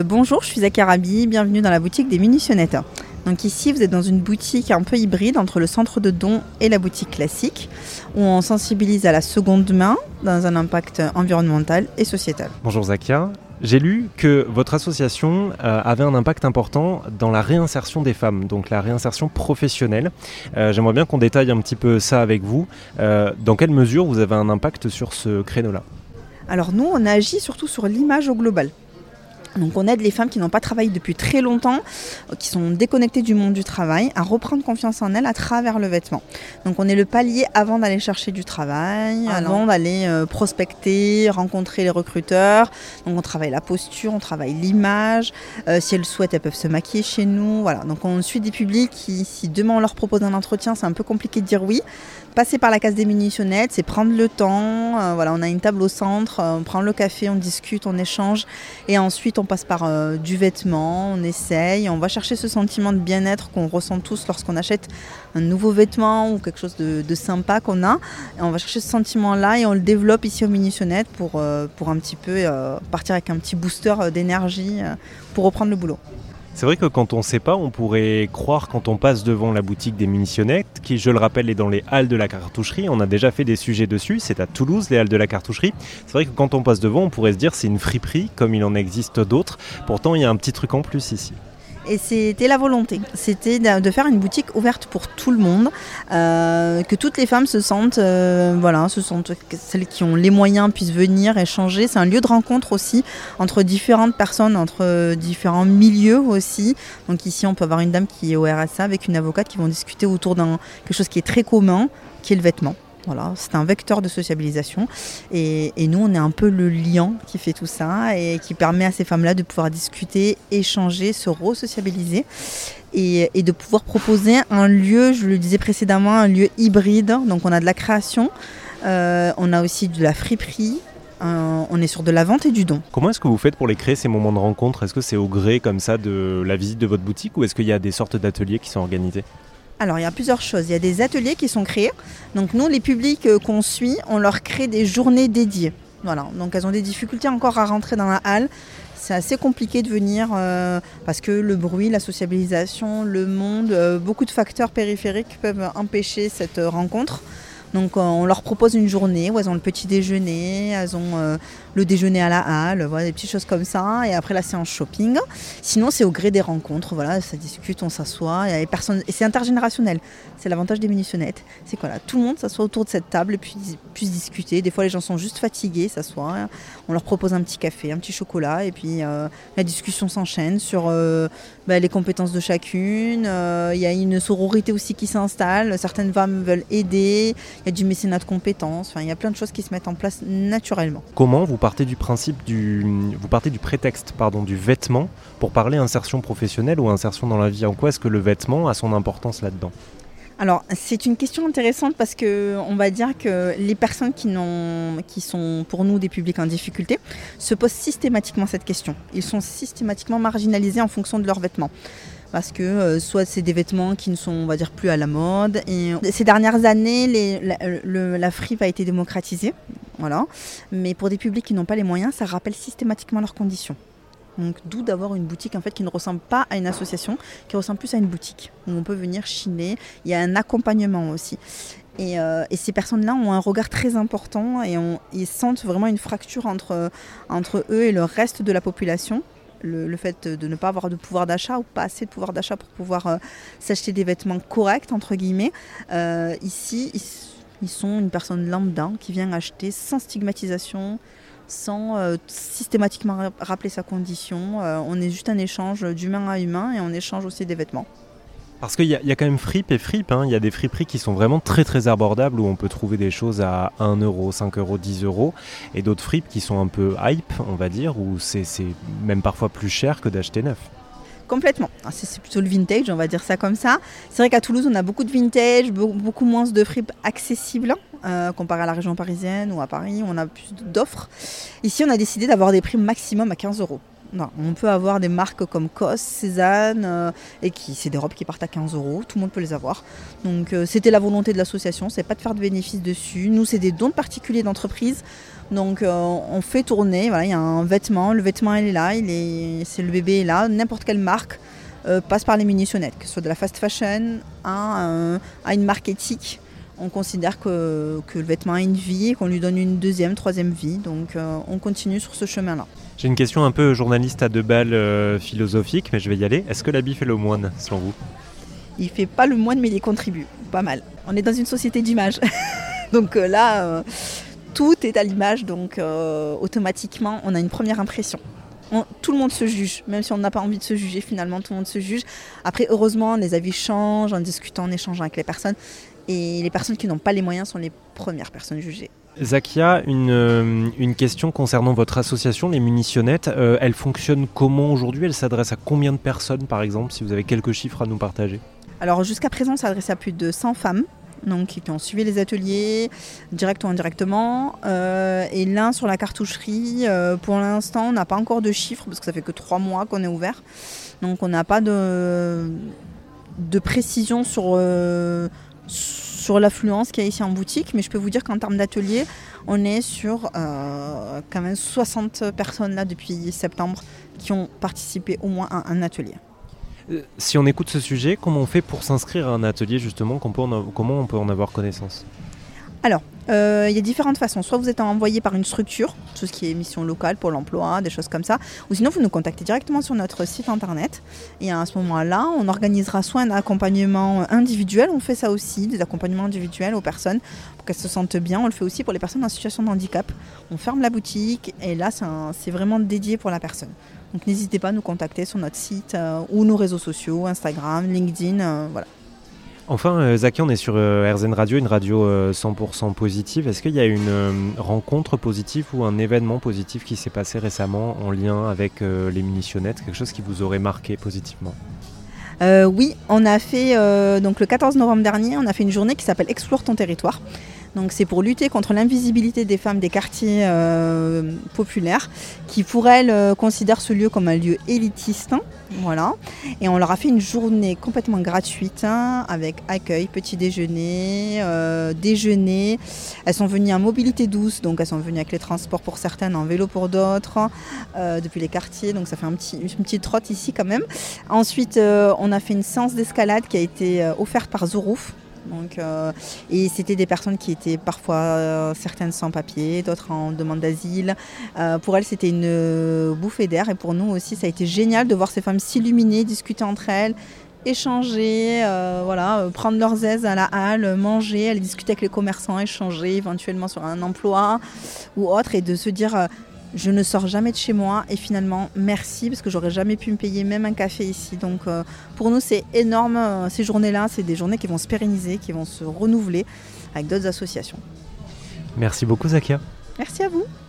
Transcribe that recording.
Bonjour, je suis Zakia Rabi, bienvenue dans la boutique des Munitionnettes. Donc ici, vous êtes dans une boutique un peu hybride entre le centre de dons et la boutique classique, où on sensibilise à la seconde main dans un impact environnemental et sociétal. Bonjour Zakia, j'ai lu que votre association avait un impact important dans la réinsertion des femmes, donc la réinsertion professionnelle. J'aimerais bien qu'on détaille un petit peu ça avec vous. Dans quelle mesure vous avez un impact sur ce créneau-là ? Alors nous, on agit surtout sur l'image au global. Donc on aide les femmes qui n'ont pas travaillé depuis très longtemps, qui sont déconnectées du monde du travail, à reprendre confiance en elles à travers le vêtement. Donc on est le palier avant d'aller chercher du travail, avant d'aller prospecter, rencontrer les recruteurs. Donc on travaille la posture, on travaille l'image. Si elles souhaitent, elles peuvent se maquiller chez nous. Voilà. Donc on suit des publics qui, si demain on leur propose un entretien, c'est un peu compliqué de dire oui. Passer par la case des Munitionnettes, c'est prendre le temps. On a une table au centre, on prend le café, on discute, on échange. Et ensuite, on passe par du vêtement, on essaye. On va chercher ce sentiment de bien-être qu'on ressent tous lorsqu'on achète un nouveau vêtement ou quelque chose de sympa qu'on a. Et on va chercher ce sentiment-là et on le développe ici aux Munitionnettes pour un petit peu partir avec un petit booster d'énergie pour reprendre le boulot. C'est vrai que quand on ne sait pas, on pourrait croire quand on passe devant la boutique des Munitionnettes, qui, je le rappelle, est dans les Halles de la Cartoucherie. On a déjà fait des sujets dessus, c'est à Toulouse, les Halles de la Cartoucherie. C'est vrai que quand on passe devant, on pourrait se dire c'est une friperie, comme il en existe d'autres. Pourtant, il y a un petit truc en plus ici. Et c'était la volonté, c'était de faire une boutique ouverte pour tout le monde, que toutes les femmes se sentent celles qui ont les moyens puissent venir échanger. C'est un lieu de rencontre aussi entre différentes personnes, entre différents milieux aussi. Donc ici on peut avoir une dame qui est au RSA avec une avocate qui vont discuter autour d'un quelque chose qui est très commun, qui est le vêtement. Voilà, c'est un vecteur de sociabilisation et nous on est un peu le lien qui fait tout ça et qui permet à ces femmes-là de pouvoir discuter, échanger, se re-sociabiliser et de pouvoir proposer un lieu, je le disais précédemment, un lieu hybride. Donc on a de la création, on a aussi de la friperie. On est sur de la vente et du don. Comment est-ce que vous faites pour les créer ces moments de rencontre ? Est-ce que c'est au gré comme ça de la visite de votre boutique ou est-ce qu'il y a des sortes d'ateliers qui sont organisés ? Alors il y a plusieurs choses, il y a des ateliers qui sont créés, donc nous les publics qu'on suit, on leur crée des journées dédiées. Voilà, donc elles ont des difficultés encore à rentrer dans la halle, c'est assez compliqué de venir parce que le bruit, la sociabilisation, le monde, beaucoup de facteurs périphériques peuvent empêcher cette rencontre. Donc on leur propose une journée où elles ont le petit déjeuner, elles ont le déjeuner à la halle, voilà, des petites choses comme ça. Et après la séance shopping. Sinon c'est au gré des rencontres, voilà, ça discute, on s'assoit. Et c'est intergénérationnel. C'est l'avantage des Munitionnettes. C'est que tout le monde s'assoit autour de cette table et puis puisse discuter. Des fois les gens sont juste fatigués, s'assoient. On leur propose un petit café, un petit chocolat. Et puis la discussion s'enchaîne sur les compétences de chacune. Il y a une sororité aussi qui s'installe. Certaines femmes veulent aider. Il y a du mécénat de compétences, il y a plein de choses qui se mettent en place naturellement. Comment vous partez du prétexte du vêtement pour parler insertion professionnelle ou insertion dans la vie ? En quoi est-ce que le vêtement a son importance là-dedans ? Alors c'est une question intéressante parce qu'on va dire que les personnes qui sont pour nous des publics en difficulté se posent systématiquement cette question. Ils sont systématiquement marginalisés en fonction de leurs vêtements. Parce que soit c'est des vêtements qui ne sont, on va dire, plus à la mode. Et ces dernières années, la fripe a été démocratisée, voilà. Mais pour des publics qui n'ont pas les moyens, ça rappelle systématiquement leurs conditions. Donc d'où d'avoir une boutique en fait qui ne ressemble pas à une association, qui ressemble plus à une boutique où on peut venir chiner. Il y a un accompagnement aussi. Et ces personnes-là ont un regard très important et ils sentent vraiment une fracture entre eux et le reste de la population. Le fait de ne pas avoir de pouvoir d'achat ou pas assez de pouvoir d'achat pour pouvoir s'acheter des vêtements corrects, entre guillemets. Ici, ils sont une personne lambda qui vient acheter sans stigmatisation, sans systématiquement rappeler sa condition. On est juste un échange d'humain à humain et on échange aussi des vêtements. Parce qu'il y a quand même fripe et fripe, il y a des friperies qui sont vraiment très très abordables où on peut trouver des choses à 1 €, 5 €, 10 € et d'autres fripes qui sont un peu hype, on va dire, où c'est même parfois plus cher que d'acheter neuf. Complètement, c'est plutôt le vintage, on va dire ça comme ça. C'est vrai qu'à Toulouse on a beaucoup de vintage, beaucoup moins de fripes accessibles comparé à la région parisienne ou à Paris, on a plus d'offres. Ici on a décidé d'avoir des prix maximum à 15 €. Non, on peut avoir des marques comme COS, Cézanne, c'est des robes qui partent à 15 €, tout le monde peut les avoir. Donc c'était la volonté de l'association, c'est pas de faire de bénéfices dessus. Nous, c'est des dons de particuliers d'entreprise. Donc on fait tourner, voilà, il y a un vêtement, le vêtement il est là, c'est le bébé est là, n'importe quelle marque passe par les munitionnettes, que ce soit de la fast fashion à une marque éthique. On considère que le vêtement a une vie et qu'on lui donne une deuxième, troisième vie. Donc on continue sur ce chemin-là. J'ai une question un peu journaliste à 2 balles philosophique, mais je vais y aller. Est-ce que l'habit fait le moine, selon vous ? Il ne fait pas le moine, mais il y contribue. Pas mal. On est dans une société d'image. Donc là, tout est à l'image. Donc automatiquement, on a une première impression. Tout le monde se juge, même si on n'a pas envie de se juger, finalement, tout le monde se juge. Après, heureusement, les avis changent en discutant, en échangeant avec les personnes. Et les personnes qui n'ont pas les moyens sont les premières personnes jugées. Zakia, une question concernant votre association, les Munitionnettes. Elle fonctionne comment aujourd'hui ? Elle s'adresse à combien de personnes, par exemple, si vous avez quelques chiffres à nous partager ? Alors jusqu'à présent, on s'adresse à plus de 100 femmes donc, qui ont suivi les ateliers, direct ou indirectement. Et là, sur la cartoucherie, pour l'instant, on n'a pas encore de chiffres, parce que ça fait que 3 mois qu'on est ouvert. Donc on n'a pas de précision sur l'affluence qu'il y a ici en boutique, mais je peux vous dire qu'en termes d'atelier, on est sur quand même 60 personnes là depuis septembre qui ont participé au moins à un atelier. Si on écoute ce sujet, comment on fait pour s'inscrire à un atelier justement, comment on peut en avoir connaissance ? Alors, il y a différentes façons. Soit vous êtes envoyé par une structure, tout ce qui est mission locale, Pôle emploi, des choses comme ça. Ou sinon, vous nous contactez directement sur notre site internet. Et à ce moment-là, on organisera soit un accompagnement individuel, on fait ça aussi, des accompagnements individuels aux personnes pour qu'elles se sentent bien. On le fait aussi pour les personnes en situation de handicap. On ferme la boutique et là, c'est vraiment dédié pour la personne. Donc n'hésitez pas à nous contacter sur notre site ou nos réseaux sociaux, Instagram, LinkedIn, voilà. Enfin, Zakia, on est sur RZN Radio, une radio 100% positive. Est-ce qu'il y a une rencontre positive ou un événement positif qui s'est passé récemment en lien avec les Munitionnettes, quelque chose qui vous aurait marqué positivement ? Oui, on a fait, donc le 14 novembre dernier, on a fait une journée qui s'appelle Explore ton territoire. Donc c'est pour lutter contre l'invisibilité des femmes des quartiers populaires qui pour elles considèrent ce lieu comme un lieu élitiste. Voilà. Et on leur a fait une journée complètement gratuite avec accueil, petit déjeuner, déjeuner. Elles sont venues en mobilité douce, donc elles sont venues avec les transports pour certaines, en vélo pour d'autres, depuis les quartiers. Donc ça fait une petite trotte ici quand même. Ensuite, on a fait une séance d'escalade qui a été offerte par Zorouf. Donc, et c'était des personnes qui étaient parfois certaines sans papier, d'autres en demande d'asile. Pour elles, c'était une bouffée d'air et pour nous aussi, ça a été génial de voir ces femmes s'illuminer, discuter entre elles, échanger, prendre leurs aises à la halle, manger, aller discuter avec les commerçants, échanger éventuellement sur un emploi ou autre et de se dire je ne sors jamais de chez moi et finalement merci parce que j'aurais jamais pu me payer même un café ici. Donc pour nous c'est énorme, ces journées-là, c'est des journées qui vont se pérenniser, qui vont se renouveler avec d'autres associations. Merci beaucoup Zakia. Merci à vous.